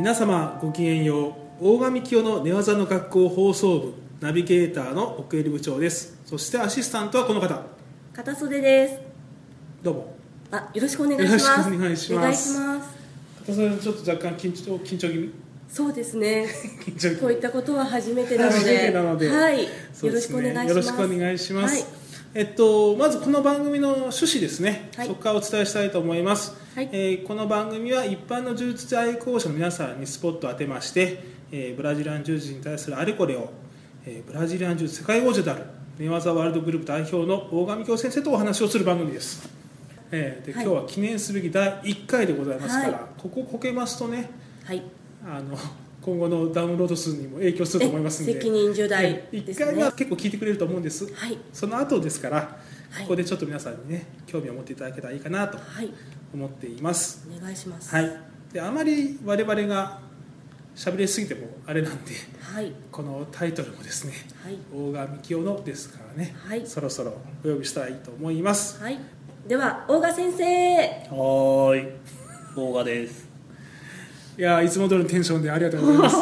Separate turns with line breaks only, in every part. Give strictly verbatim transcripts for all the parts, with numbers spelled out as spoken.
皆様ごきげんよう。大神清の寝技の学校放送部ナビゲーターの奥襟部長です。そしてアシスタントはこの方、
片袖です。
どうも
あ、よろしくお願いします。
よろしくお願いします。
お願いします。
片袖ちょっと若干緊張緊張気味。
そうですね
緊張気味。
こういったことは初めてなので、
初めてなので、
はい、よ
そうですね、
ろしくお願いします。
よろしくお願いします。
はい、
えっと、まずこの番組の趣旨ですね、
はい、
そこからお伝えしたいと思います。
はい、
えー、この番組は一般の柔術愛好者の皆さんにスポットを当てまして、えー、ブラジリアン柔術に対するあれこれを、えー、ブラジリアン柔術世界王者である寝技ワールドグループ代表の大神京先生とお話をする番組です。えー、で、はい、今日は記念すべきだいいっかいでございますから、はい、こここけますとね、はい、あの今後のダウンロード数にも影響すると思いますので、
責任重大ですね。
いっかいは結構聞いてくれると思うんです、はい、その後ですから、はい、ここでちょっと皆さんにね興味を持っていただけたらいいかなと思っています、
はい、お願いします。
はい、であまり我々が喋りすぎてもあれなんで、はい、このタイトルもですね、はい、大神清のですからね、はい、そろそろお呼びしたらいいと思います、
はい、では大賀先生。
はい、大賀です。
いや、いつも通りのテンションでありがとうございます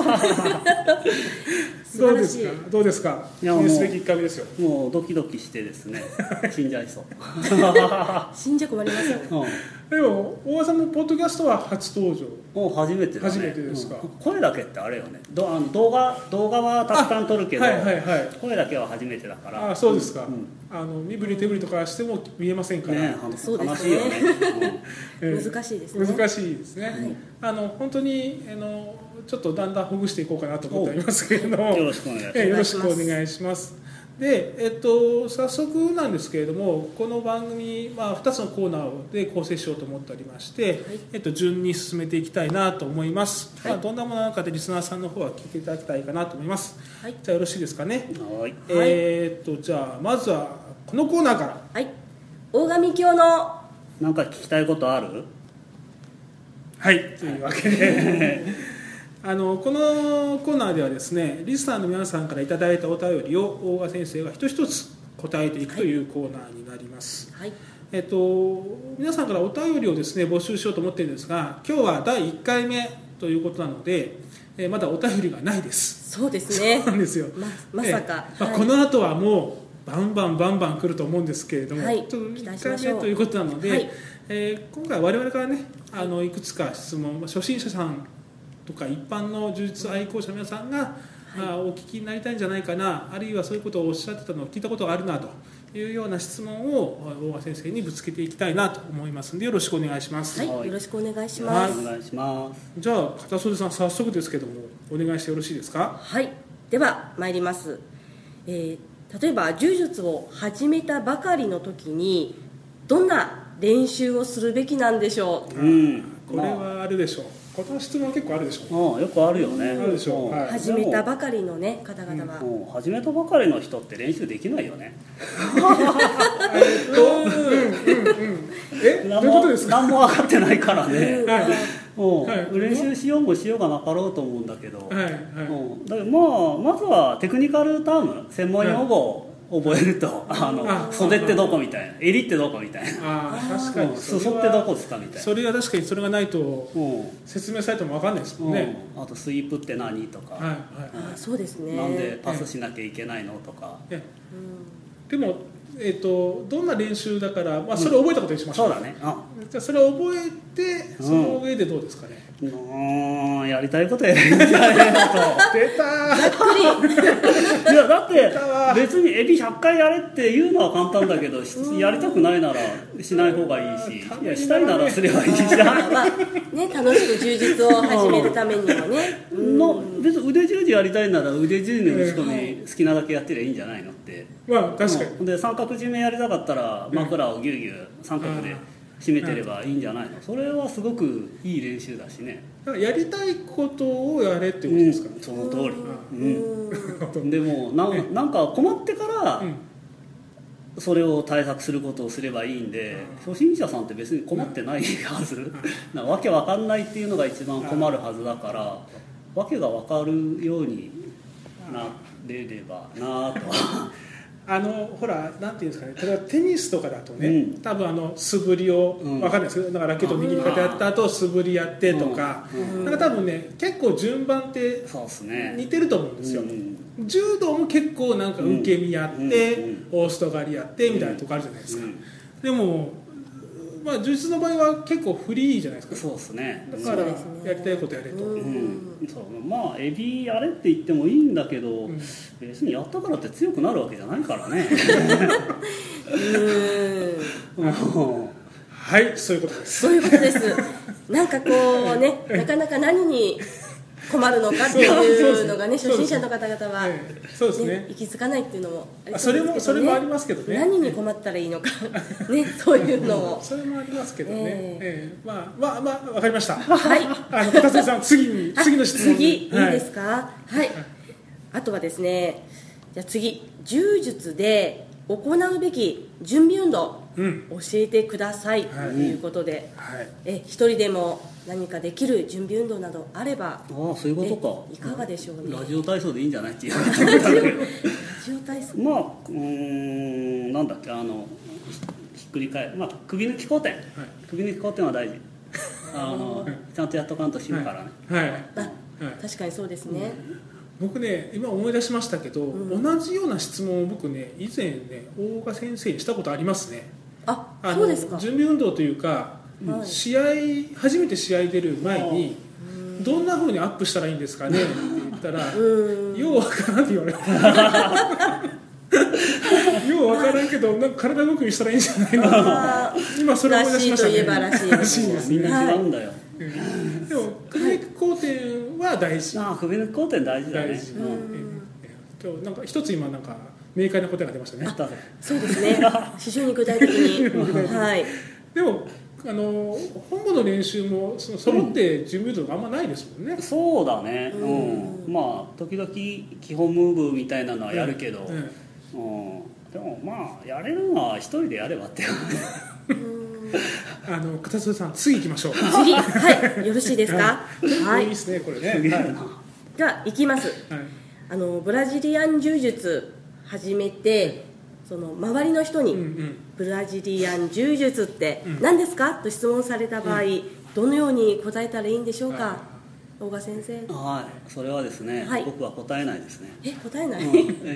どうですかどうですか記念すべきいっかいめですよ。
もうドキドキしてですね死んじゃいそう
死んじゃ困りますよね、うん、
でも大賀さんもポッドキャストは初登場。
もう初めてだね。
初めてですか、
うん、声だけってあれよね。どあの動画動画はたくさん撮るけど、はいはいはい、声だけは初めてだから。
あ、そうですか、うん、あの身振り手振りとかしても見えませんから、ね、
そうですね、
悲しいよね、
うん、難しいですね。
難しいですね、はい、あの本当にあのちょっとだんだんほぐしていこうかなと思っておりますけれども、
よろしくお願いします。
よろしくお願いします。で、えっと、早速なんですけれども、この番組、まあ、ふたつのコーナーで構成しようと思っておりまして、はい、えっと、順に進めていきたいなと思います、はい、まあ、どんなものなのかでリスナーさんの方は聞いていただきたいかなと思います、はい、じゃあよろしいですかね。
はい、
えー、っとじゃあまずはこのコーナーから。
はい、大神教の
なんか聞きたいことある？
はい、というわけであのこのコーナーではですね、リスナーの皆さんからいただいたお便りを大賀先生が一つ一つ答えていくというコーナーになります、はい、えっと、皆さんからお便りをですね募集しようと思っているんですが、今日はだいいっかいめということなので、えまだお便りがないです。
そうですね、
そうなんですよ、
ま, まさか、
まあ、この後はもうバンバンバンバン来ると思うんですけれども、
はい、
ちょっといっかいめということなので、はい、えー、今回我々からね、あのいくつか質問、初心者さんとか一般の柔術愛好者の皆さんが、はい、あお聞きになりたいんじゃないかな、あるいはそういうことをおっしゃってたのを聞いたことがあるなというような質問を大賀先生にぶつけていきたいなと思いますので、よろしくお願いします。
はい、よろしくお願いします。
お願いします。
じゃあ片袖さん、早速ですけどもお願いしてよろしいですか。
はい、では参ります、えー、例えば柔術を始めたばかりの時にどんな練習をするべきなんでしょう。
うん、これはあるでしょう。この質問は結構あるでしょう。
ああ、よくあるよね。
あるでしょう、はい、
始めたばかりの、ね、方々は、
うん、始めたばかりの人って練習できないよね
え、どういうことですか。
何も分かってないからね、
はい、
うん、はい、練習しようもしようがなかろうと思うんだけど、
はいはい、
うん、だからまあまずはテクニカルターム、専門用語を覚えると、あのあ袖ってどこみたいな、襟ってどこみたいな、
あ確かに、
裾ってどこですかみたいな、
それは確かにそれがないと説明されても分かんないですもんね、
うん、あとスイープって何とか、はいはい、
あそうですね、
なんでパスしなきゃいけないのとか、
ええ、でも、えー、とどんな練習だから、まあ、それを覚えたことにしましょう、うん、
そうだね、あ
じゃあそれを覚えてその上でどうですかね、
うん、うん、やりたいことやるんじゃないのと
出た
ざっくり
いやだって別にエビひゃっかいやれって言うのは簡単だけど、やりたくないならしない方がいいし、いやしたいならすればいいじゃん、
まあね、楽しく充実を始めるためにもね、
うんの別に腕十字やりたいなら腕十字の打ち込み好きなだけやってりゃいいんじゃないのって、
まあ確かに、
うん、で三角締めやりたかったら枕をギュウギュウ三角で締めてればいいんじゃないの、それはすごくいい練習だしね。
やりたいことをやれってことですかね、
うん、その通り、うん、でもな ん, なんか困ってからそれを対策することをすればいいんで、初心者さんって別に困ってないはずなわけわかんないっていうのが一番困るはずだから、わけがわかるようになれればなと
あのほらなんていうんですかね、例えばテニスとかだとね、
うん、
多分あの素振りを、うん、分かんないですけど、だからラケット握り方やった後素振りやってとか、うん、なんか多分ね結構順番って似てると思うんですよ、うん、柔道も結構なんか受け身やって、うん、オーストガリやってみたいなとこあるじゃないですか、うん、でもまあ、柔術の場合は結構フリーじゃないですか。
そうですね。
だからやりたいことやれと。
うんうん、そうまあエビやれって言ってもいいんだけど、うん、別にやったからって強くなるわけじゃないからね。
うん。
はい、そういうことです。
そういうことです。なんかこうね、なかなか何に困るのかっていうのがね、初心者の方々は、ね、
そうですね、
行き着かないっていうのもあり
そ
そうですけどね。
それもそれもありますけどね。
何に困ったらいいのかね、そういうのも
それもありますけどね。えーえー、まあまあまあわかりました。
はい。
あの片瀬さん次に次の質問。
次いいですか。はい。はい、あとはですね、じゃあ次柔術で行うべき準備運動、うん、教えてください、はい、ということで、はい、え一人でも何かできる準備運動などあれば、あ
あそういうこと
かいかがでしょうね。
ラジオ体操でいいんじゃないっていう
ラジオラジオ体操、
まあうーんなんだっけあのひっくり返る、まあ、首抜き後転、はい、首抜き後転は大事あのちゃんとやっとかんと死ぬからね、
はいはい、
あ、はい、確かにそうですね、
うん、僕ね今思い出しましたけど、うん、同じような質問を僕ね以前ね大岡先生にしたことありますね。
あ、そうですか。
準備運動というか、はい、試合初めて試合出る前にどんな風にアップしたらいいんですかねって言ったらようわからんって言われたようわからんけどなんか体動くようにしたらいいんじゃないの今それ思い出しましたね。
らしいといえばらしい
らしいですね。
みんな違うんだよ、
はい、でも首抜き後転は大事。
ああ首抜き後転大事だね。
大事、うん、今日なんか一つ今なんか明快な答えが出ましたね。
そうですね。非常に具体的に。はい。
でもあの本部の練習もその揃って準備運動があんまないですもんね。
うん、そうだね。うん。まあ時々基本ムーブみたいなのはやるけど、うん。うん、でもまあやれるのは一人でやればって。
あの片添さん次行きましょう。
次はいよろしいですか。
はい。いいですねこれね。
はい、
じゃあ行きます。はい、あのブラジリアン柔術始めて。その周りの人に、うんうん、ブラジリアン柔術って何ですか、うん、と質問された場合、うん、どのように答えたらいいんでしょうか、はい、大賀先生。
はい、それはですね、はい、僕は答えないですね。
え、答えない、
うん、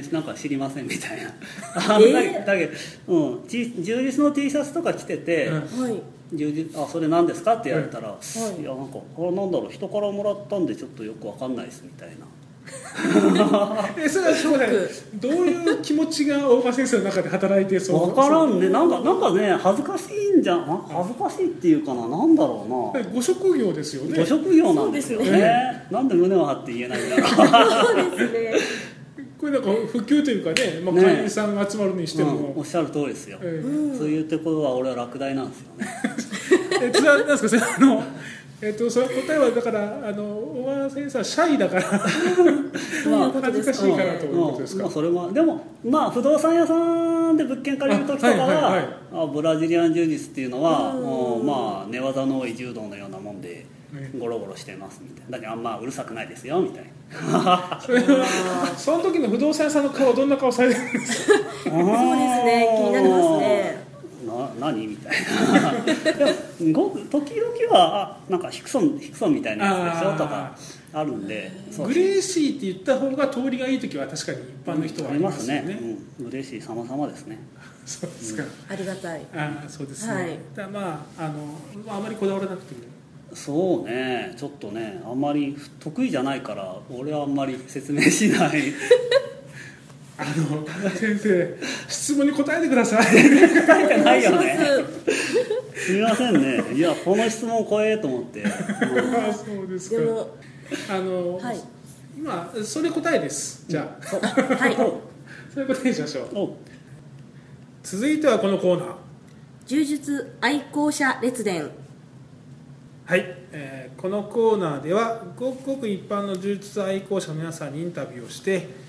なんか知りませんみたいなあ、えー、だけど、うん、柔術の T シャツとか着てて、うん、はい柔術あそれ何ですかって言われたら、はい、いやなんかこれなんだろう人からもらったんでちょっとよくわかんないですみたいな
えそれはそうだね。どういう気持ちが大賀先生の中で働いてそう
分からんね。なんかなんかね恥ずかしいんじゃん恥ずかしいっていうかななんだろうな。
ご職業ですよね。
ご職業なんですよね。ねなんで胸を張って言えないんだろう。そうですね。
これなんか普及というかね、まあ、会員さんが集まるにしても、ね
うん、おっしゃる通りですよ、えー、そういうってことは俺は落第なんですよね。
えそれは何ですかそれあのえっと、その答えはだからあの小川先生はシャイだからまあ恥ずかしいからということですか。
まあ、それもでもまあ不動産屋さんで物件借りる時とかは、はいはいはい、ブラジリアン柔術っていうのはもうまあ寝技の多い柔道のようなもんでゴロゴロしてますみたいな。だけどあんまうるさくないですよみたいな。
それはその時の不動産屋さんの顔はどんな顔されてるんですか。そうです
ね気になりますね。
な何みたいなごく時々はあなんかヒクソンヒクソンみたいなやつでしょとかあるんで
グレーシーって言った方が通りがいい時は確かに一般の人はありますよね、
うん、ありますね、うん、グレーシー様々ですね。
そうですか、うん、
ありがたい。
あそうですね、はい、だまああのあまりこだわらなくても
そうねちょっとねあんまり得意じゃないから俺はあんまり説明しない
あの先生質問に答えてください。
答えてないよね。すみませんね。いやこの質問怖えと思って。うん、
あそうですか。でもあの、はい、今それ答えです。じゃあ、うん、はい。それ答えにしましょう。続いてはこのコーナー。
柔術愛好者列伝。
はい、えー、このコーナーではごくごく一般の柔術愛好者の皆さんにインタビューをして。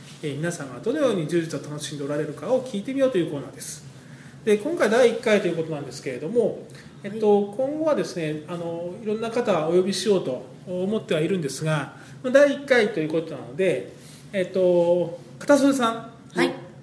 えー、皆さんがどのように柔術を楽しんでおられるかを聞いてみようというコーナーです。で今回だいいっかいということなんですけれども、えっと、今後はですねあのいろんな方をお呼びしようと思ってはいるんですがだいいっかいということなので、えっと、片添さん、
はい、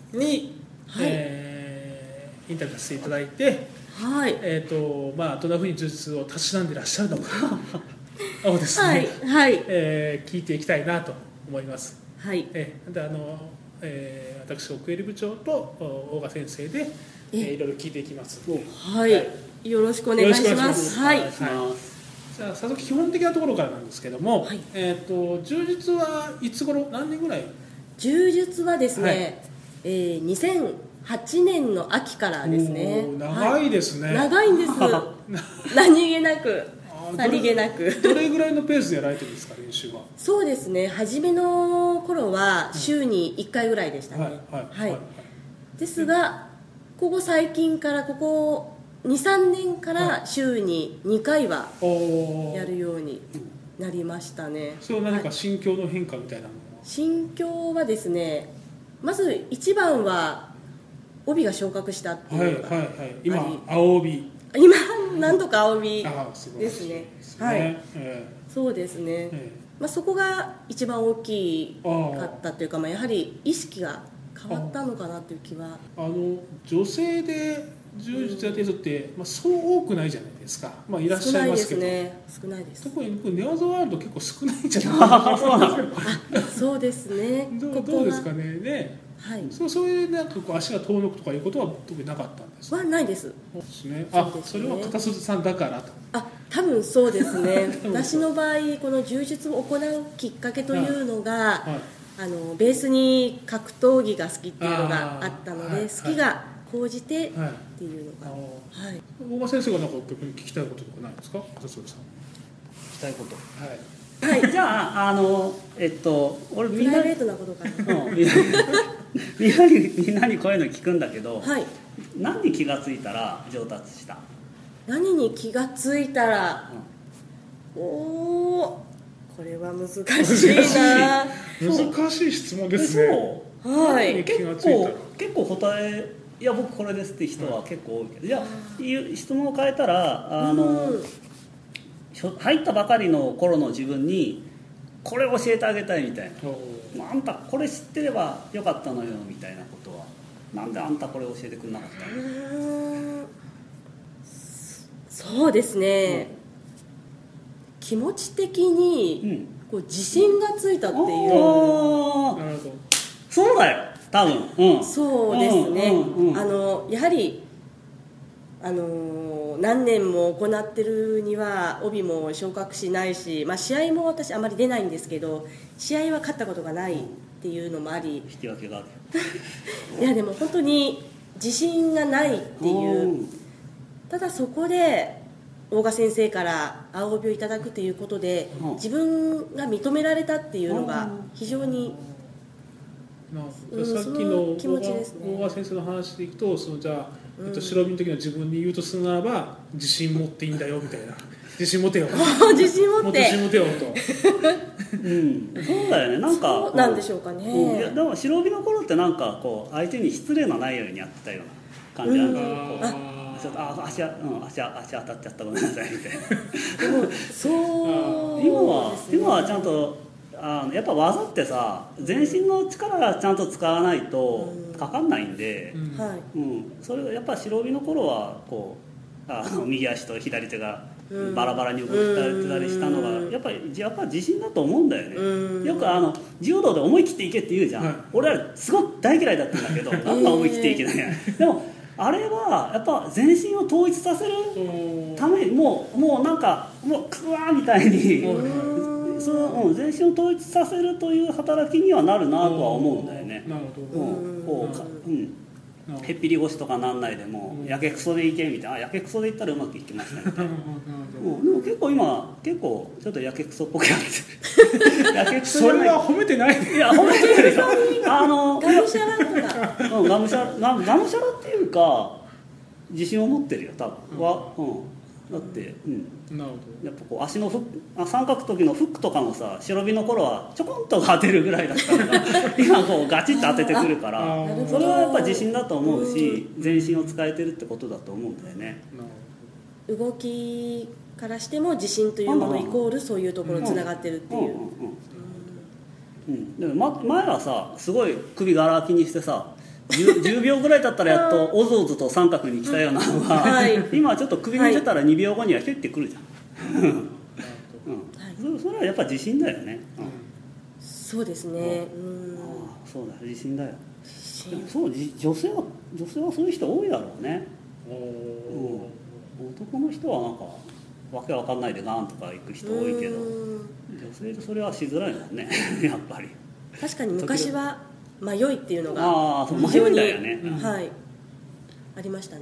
に、
はい
えーインタビューさせていただいて、
はい
えーとまあ、どんなふうに柔術をたしなんでいらっしゃるのかをですね、
はいはい
えー聞いていきたいなと思います。
はい
えーであのえー私奥襟部長とお大賀先生で、えー、いろいろ聞いていきますので、
はい、はい、よろしくお願いしますはい、
はい、じゃあ早速基本的なところからなんですけども、はい、えーと柔術はいつ頃何年ぐらい？
柔術はですね、はい、えー、にせんはちねんの秋からですね。
長いですね、はい、
長いんです何気なくさりげなく
どれぐらいのペースでやられてるんですか、練習は？そう
ですね、初めの頃は週にいっかいぐらいでしたね、はいはいはいはい、ですがここ最近からここ にさんねんから週ににかいはやるようになりましたね。
それは何か心境の変化みたいなのは？
心境はですね、まず一番は帯が昇格したっていうのが、はいはいはい、
今青帯、
今なんとか青帯ですね。はい、えー、そうですね、えーまあ、そこが一番大きかったというか、まあ、やはり意識が変わったのかなという気は。
あの女性で柔術やってる人って、まあ、そう多くないじゃないですか、まあ、いらっしゃいますけど、
少ないですね、少ないです。
特にネオザワールド結構少ないんじゃないですか。
そうですね
どう、ここどうですかね。ね、はい、そう、そういうなんかこう足が遠のくとかいうことは特になかったんですか？
はないです。
そうですね。あ、それは片袖さんだからと。
あ、多分そうですね。私の場合この柔術を行うきっかけというのが、はいはい、あのベースに格闘技が好きっていうのがあったので、はい、好きが高じてっていうのが、はいはい、
大賀先生がなんか逆に聞きたいこととかないですか？片袖さん。
聞きたいこと。
はい。
はい、じゃあ、あの、えっと、俺みんな
プライベートなことかな、
うん、みんなにみんなにこういうの聞くんだけど、
はい、
何に気がついたら上達した？何
に気がついたら、うん、おお、これは難しいな。
難しい質問ですね。
はい、
結構結構答え、いや僕これですって人は結構多いけど、じゃあ質問を変えたら、あの、うん、入ったばかりの頃の自分にこれ教えてあげたいみたいな、あんたこれ知ってればよかったのよみたいなことは、なんであんたこれ教えてくれなかったの？うーん、
そうですね、うん、気持ち的にこう自信がついたっていう、うん、なるほど、
そうだよ多分、うん、
そうですね、うんうんうん、あのやはりあの何年も行ってるには帯も昇格しないし、まあ、試合も私あまり出ないんですけど、試合は勝ったことがないっていうのもあり、
引き分けがある
いやでも本当に自信がないっていう、ただそこで大賀先生から青帯をいただくということで自分が認められたっていうのが非常に、
うん、さっきの大賀先生の話でいくと、そのじゃあえっと、白身の時の自分に言うとするならば、自信持っていいんだよみたいな、自信持てよ
自信持って
自信持てよと
うん、そうだよね、なんか
そうなんでしょうかね、
うん、いやでも白帯の頃ってなんかこう相手に失礼のないようにやってたような感じなんだけど、うん、あちょっとあ 足, うん、足, 足当たっちゃったごめんなさいみたいなでも
そう
今は、ね、今はちゃんとあのやっぱ技ってさ、全身の力がちゃんと使わないとかかんないんで、うんうん、それがやっぱ白帯の頃はこうあの右足と左手がバラバラに動いたりしたのがやっぱりやっぱ自信だと思うんだよね。よくあの柔道で思い切っていけって言うじゃん、はい、俺はすごく大嫌いだったんだけどなんか思い切っていけないやでもあれはやっぱ全身を統一させるためにもうもうなんかもうクワーみたいにその、うん、全身を統一させるという働きにはなるなとは思うんだよね。
なるほど、
うん、こうか、うん、へっぴり腰とかなんないでも、うん、やけくそでいけみたいな、あやけくそでいったらうまくいきましたみたいな、うん、でも結構今結構ちょっとやけくそっぽくやってやけくそじゃない、
それは褒めてない。
いや褒めてないでしょあの
がむしゃらとか、
うん、がむしゃらがむしゃらっていうか自信を持ってるよ多分は、うん、だって、うん、
なるほど。
やっぱこう足のフック、三角時のフックとかもさ、白帯の頃はちょこんと当てるぐらいだったのが今こうガチッと当ててくるからそれはやっぱ自信だと思うし、全身を使えてるってことだと思うんだよね。
動きからしても自信というものイコールそういうところにつながってるっていう。うん、
でも前はさすごい首がら空きにしてさ 10, じゅうびょうぐらい経ったらやっとおずおずと三角に来たようなのが、はい、今はちょっと首に出たらにびょうごにはヒュッてくるじゃん、うん、そ, それはやっぱ自信だよね、うん、
そうですね、うん、
ああそうだ自信だよ。そう女性は女性はそういう人多いだろうね。お、うん、男の人はなんかわけわかんないでガンとか行く人多いけど、女性でそれはしづらいもんねやっぱり。
確かに昔は迷いっていうのが
ああ迷いだよね、
うん、はい、ありましたね。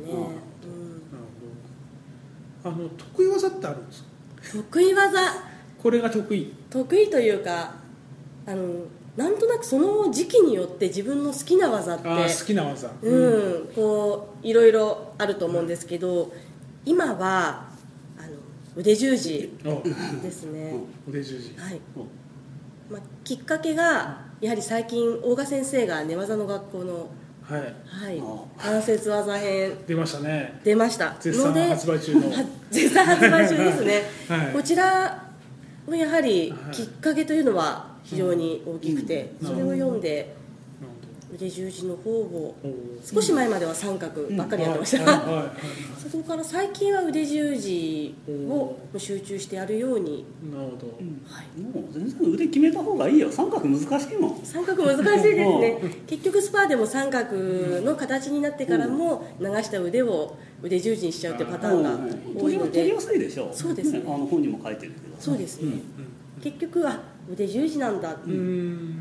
あの得意技ってあるんですか？
得意技、
これが得意
得意というか、あのなんとなくその時期によって自分の好きな技って、
あ好きな技、
うん、うん、こういろいろあると思うんですけど、今はあの腕十字ですね。
腕十字、
はい、まあ、きっかけがやはり最近大賀先生が寝技の学校の、はいはい、関節技編
出ましたね。
出ました
絶賛発売中の
絶賛発売中ですね、
はい、
こちらのやはりきっかけというのは非常に大きくて、それを読んで腕十字の方を少し前までは三角ばっかりやってました、そこから最近は腕十字を集中してやるように。
なるほど、
はい、もう全然腕決めた方がいいよ。三角難しいもん。
三角難しいですね結局スパーでも三角の形になってからも流した腕を腕十字にしちゃうってパターンが多いので、
取りやすいでしょ。
そうですね、
あの本にも書いてるけど、
そうですね、うん、結局は腕十字なんだ、うん、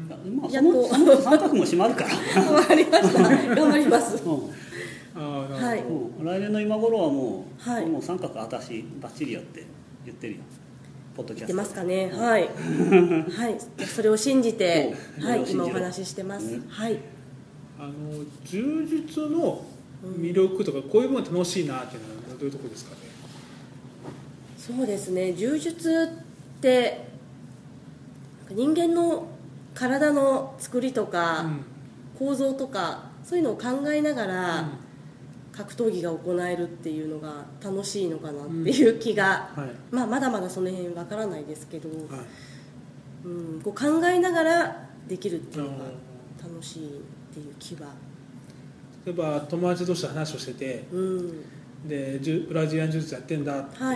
まあ、そのその三角も閉まるから
わかりました頑張ります、うん、
あ
はい、
うん、来年の今頃はもう、はい、もう三角私バッチリやって言ってるよ。ポッドキャスト
言ってますかね、うん、はい、はい、それを信じて、はい、今お話ししてます、うん、はい。
あの柔術の魅力とか、こういうもの楽しいなっていうのはどういうところですかね？
そうですね、柔術って人間の体の作りとか、うん、構造とかそういうのを考えながら、うん、格闘技が行えるっていうのが楽しいのかなっていう気が、うん、はい、まあ、まだまだその辺わからないですけど、はい、うん、こう考えながらできるっていうのが楽しいっていう気は。
例えば友達同士で話をしてて、うん、でブラジリアン柔術やってんだって言って、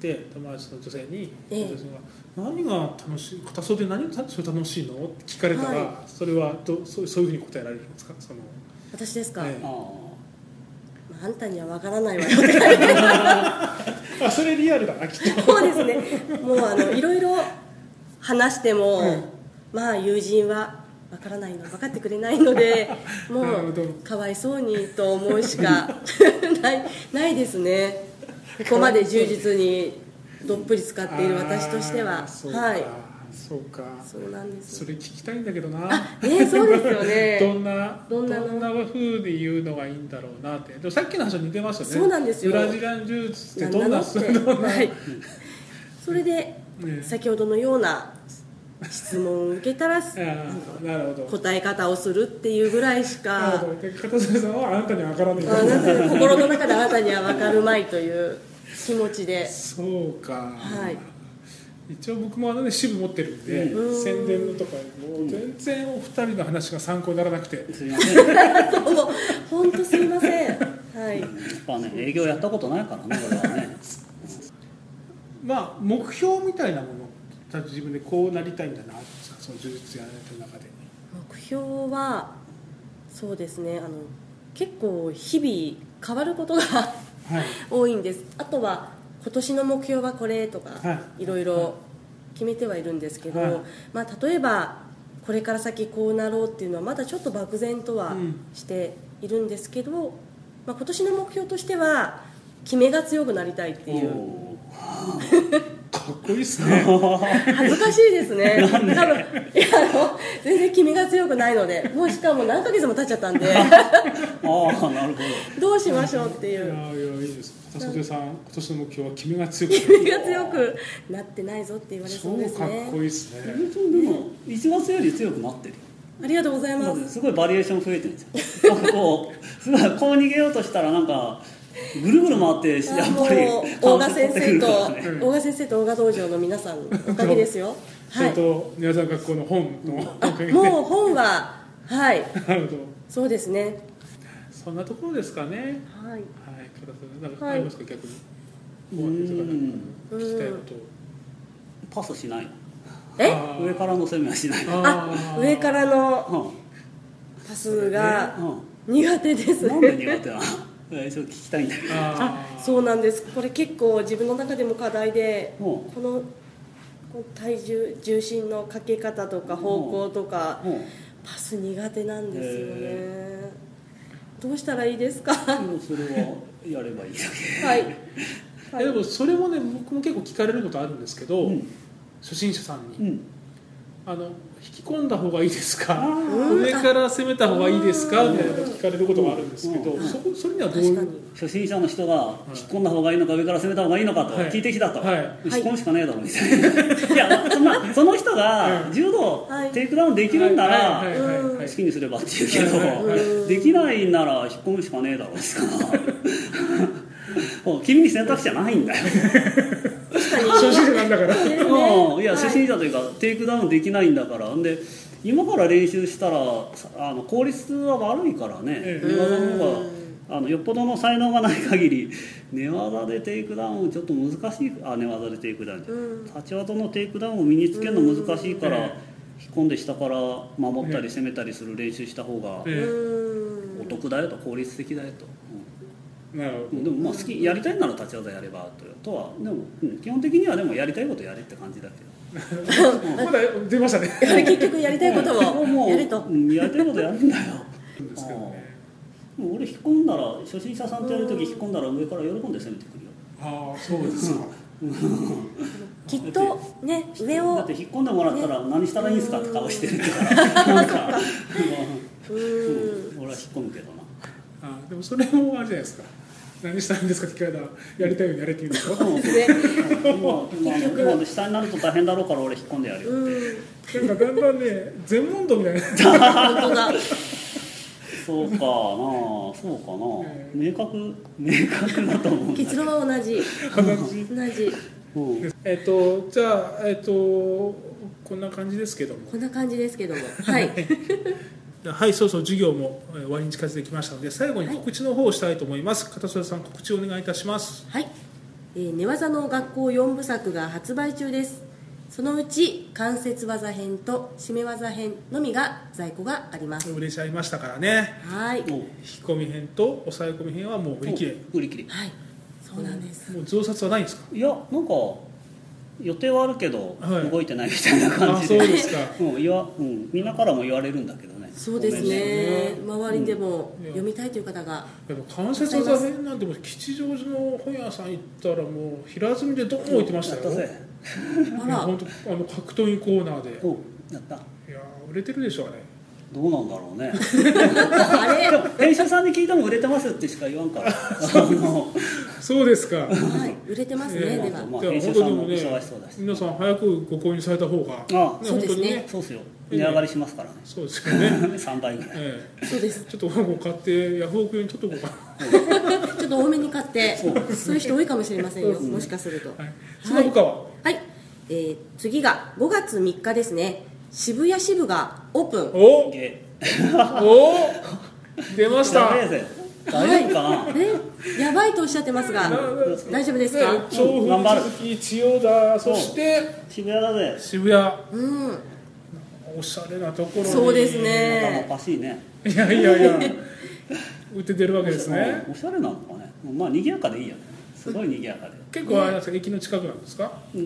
はい、友達の女性に、ええ、女性が何が楽しい、片袖で何がそれ楽しいのって聞かれたら、はい、それはどそうそういうふうに答えられるんですか？その
私ですか、ええ、あ, まあ、あんたには分からないわよって
あ、それリアルだなきっと。
そうですね、もうあのいろいろ話しても、うん、まあ友人は分からないの分かってくれないのでもうかわいそうにと思うしかない、ないですね。ここまで充実にどっぷり使っている私としては。
そうか、
はい、
そうか、
そうなんです。
それ聞きたいんだけどな。
あ、ね、そうですよね
どんな
どんなの
どんな風で言うのがいいんだろうなって。でもさっきの話は似てますよね。
そうなんですよ。
ブラジリアン柔術ってどんなどんな、はい、
それで、ね、先ほどのような質問を受けたら
なるほど
答え方をするっていうぐらいしか。
片瀬さんはあなたには分からない。
あなた心の中であなたには分かるまいという気持ちで。
そうか、
はい、
一応僕もあの、ね、支部持ってるんで、うん、宣伝のとかもう全然お二人の話が参考にならなくて、
すいません
本当すいません、はい、
やっぱね営業やったことないからねこれはね
まあ目標みたいなもの自分でこうなりたいんだなってその柔術やられてる中で。
目標はそうですね、あの結構日々変わることが、はい、多いんです。あとは今年の目標はこれとか、はい、いろいろ決めてはいるんですけど、はい、まあ、例えばこれから先こうなろうっていうのはまだちょっと漠然とはしているんですけど、うん、まあ、今年の目標としては決めが強くなりたいっていう
かっこいいですね
恥ずかしいですね多分いやあの全然決めが強くないので、もうしかも何ヶ月も経っちゃったんでああ
なるほ
どどうしましょうっていう。
いやいやいいです。片袖さん今年の目標は決めが強く
決めが強くなってないぞって言われそうですね。
超かっこいいですね。
でもいちがつより強くなってる。
ありがとうございます。
すごいバリエーション増えてるんですよなんかこうすごいこう逃げようとしたらなんかぐるぐる回ってやっぱり
大賀先生と大賀先生と大賀道場の皆さんのおかげですよ
それと宮沢学校の本のおかげで
もう本ははいそうですね、
そんなところですかね。
はい、はい、
加藤さんなんかありますか、はい、逆に聞きたいことを。
パスしないの？
え？
上からの攻めはしないの？
あ、上からのパスが苦手ですね。
なんで苦手なの？ちょっと聞きたいんだけど。
あ、そうなんです。これ結構自分の中でも課題で、この体重重心のかけ方とか方向とかパス苦手なんですよね。どうしたらいいですか？
それはやればいいだけ。
はい。
はい、でもそれもね、僕も結構聞かれることあるんですけど、うん、初心者さんに、うん、あの引き込んだ方がいいですか、上から攻めた方がいいですかみたいなの聞かれることがあるんですけど、うん、そ, それにはどういう？
初心者の人が引き込んだ方がいいのか、上から攻めた方がいいのかと聞いてきたと、はいはい、引き込むしかねえだろみたいな、いや、まあ、その人が柔道、はい、テイクダウンできるんなら好きにすればって言うけど、はい、できないなら引き込むしかねえだろですから君に選択肢はないんだよ
初心者なんだから、
うん、いや初心者というか、はい、テイクダウンできないんだから。で今から練習したらあの効率は悪いからね、寝技の方があのよっぽどの才能がない限り寝技でテイクダウンちょっと難しい。あ、寝技でテイクダウンじゃ、うん、立ち技のテイクダウンを身につけるの難しいから、引っ込んで下から守ったり攻めたりする練習した方がお得だよと、効率的だよと、うん、なるほど。でもまあ好き、やりたいなら立ち技やればととはでも、うん、基本的にはでもやりたいことやれって感じだけど
まだ出ましたね
結局やりたいことをやると、
うん、やりたいことやるんだよですけどね。もう俺引っ込んだら、初心者さんとやるとき引っ込んだら上から喜んで攻めてくるよ。ああ、そうですか
きっとね、上を
だって引っ込んでもらったら何したらいいんですかって顔してるからなんかうん、俺は引っ込むけどな。
あ、でもそれもあれじゃないですか、何したらいいんですかって聞かれたらやりたいようにやれって言うんでしょ
今下になると大変だろうから俺引っ込んでやるよって。
なんかだんだんね、全問答みたいな
本当だ
そうかな、そうかな、えー、明確明確だと思うんだけど
結論は同じ同じ同じ、
うん、えっとじゃあえっとこんな感じですけども
こんな感じですけどもはい
はい、そうそう、授業も終わりに近づいてきましたので、最後に告知の方をしたいと思います。片袖さん、告知をお願いいたします。
はい、えー、寝技の学校よんぶ作が発売中です。そのうち関節技編と締め技編のみが在庫があります。
売れちゃいましたからね。
はい、
引き込み編と抑え込み編はもう売り切れ。
売り切れ。
はい、そうなんです。
もう増刷はないんですか？
いや、なんか予定はあるけど、はい、動いてないみたいな感じで。
あ、そうですか。
うん、いや、うん、みんなからも言われるんだけどね。
そうですね。周りでも読みたいという方が、
うん、でも関節技編なんても吉祥寺の本屋さん行ったらもう平積みでどんどん置いてましたよ。あら、本当あの格闘技コーナーで。
お、やった。い
や、売れてるでしょうね。
どうなんだろうね。あれ、でも編集さんに聞いても売れてますってしか言わんから。
そうですか。
はい、売れてますね。えー、では、
まあ、編集さんも忙しそうだし、ね、
皆さん早くご購入された方が、
ああ、ね、そうですね。そうですよ。値上がりしますからね。
そうですよね。
さんばいぐらい。
ええ、そうです。
ちょっと買ってヤフオク用に取っとこう
かな。ちょっと多めに買って、そういう人多いかもしれませんよ。もしかすると。はい、
その他は、
はい、えー、次がごがつみっかですね。渋谷支部がオープン。
おお出ました。
大丈夫かな、
はい、ね、やばいとおっしゃってますが大丈夫ですか？
調布、鈴木、千代田、そして
渋谷だぜ。
渋谷、
うん、
おしゃれなところに。
そうですね。
おかしいね。
いやいやいや売って出るわけですね。
おしゃれなのかね。まあ賑やかでいいよね。すごい賑やかで。
結構あれなんですか、駅の近くなんですか？
うん、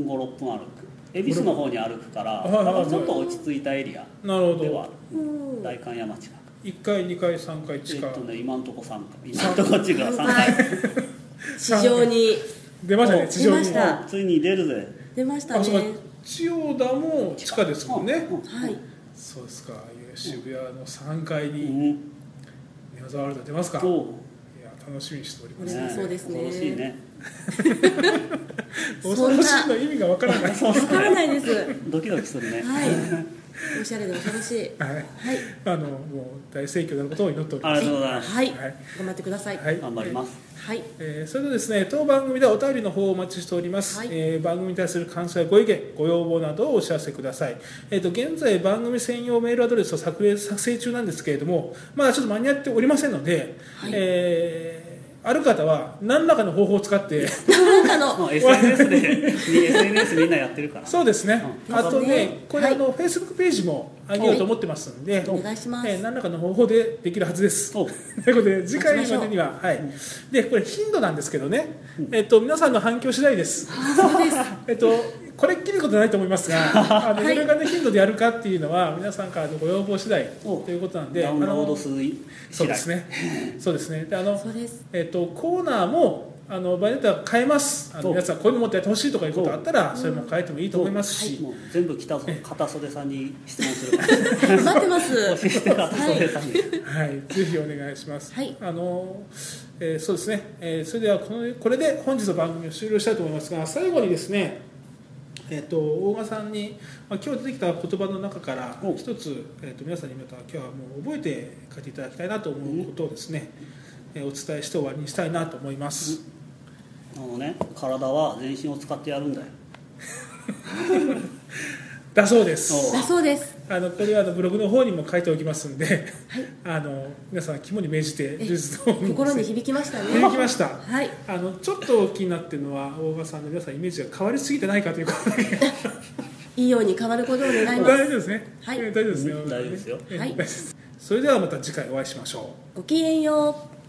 ご、ろっぷん歩く。恵比寿の方に歩くからちょっと落ち着いたエリアでは代官山近く。
いっかい、にかい、さんかい近く。
えっとね、今んとこさんかい、今んとこっちがさんかい
地上に
出ましたね。地上に
ついに出るぜ。
出ましたね。
千代田も地下ですもんね。
はい、
そうですか。渋谷のさんかいに寝技ワールド出ますか？いや、楽しみにしております。
そうですね。
恐ろしいね。
恐ろしいの意味がわからない。
わからないです。
ドキドキするね。
はい。 おしゃれで恐ろしい。
はい、
はい、
あのもう大盛況なことを祈っております。
ありがとうございます。
はい、はい、頑張ってください。
はい、
頑張ります。
はい、
えー、それではですね、当番組ではお便りの方をお待ちしております。はい、えー、番組に対する感想やご意見、ご要望などをお知らせください。えーと、現在番組専用メールアドレスを作成作成中なんですけれども、まだちょっと間に合っておりませんので、はい、えーある方は何らかの方法を使って
何らかの
エスエヌエス で エスエヌエス みんなやってるから
そうですね、うん、あとねこれ、はい、あの Facebook ページも上げようと思ってますんで、
お願いします、
えー、何らかの方法でできるはずですということで次回までには、はい、でこれ頻度なんですけどね、うん、えっと、皆さんの反響次第です。
そうです
えっとこれっきりことないと思いますが、あのどれぐらいの頻度でやるかっていうのは皆さんからのご要望次第ということなんで、
ダウンロード数
そうですね、そうですね。で、あの
そうです、
えっとコーナーもあの場合によっては変えます。あの皆さんこういうの持ってやってほしいとかいうことがあったらそれも変えてもいいと思いますし、
もう全部北片袖さんに質問するから
待ってます。
片袖さんに、
はい、はい、ぜひお願いします。
はい、
あの、えー、そうですね、えー、それではこのこれで本日の番組を終了したいと思いますが、最後にですね、えー、と大賀さんに、まあ、今日出てきた言葉の中から一つ、えー、と皆さんにまた今日はもう覚えて書いていただきたいなと思うことをですね、うん、えー、お伝えして終わりにしたいなと思います。
うん、あのね、体は全身を使ってやるんだよ
だそうです。
だそうです。
あのこれはあのブログの方にも書いておきますんで、はい、あの皆さん肝に銘じて
柔術の心に響きましたね。
響きました。
はい。
あのちょっと気になっているのは大賀さんの皆さんイメージが変わりすぎてないかということだけ
いいように変わることを願います。
大丈夫ですね。
はい。
大丈夫ですね。
大丈夫ですよ。
はい。
それではまた次回お会いしましょう。
ごきげんよう。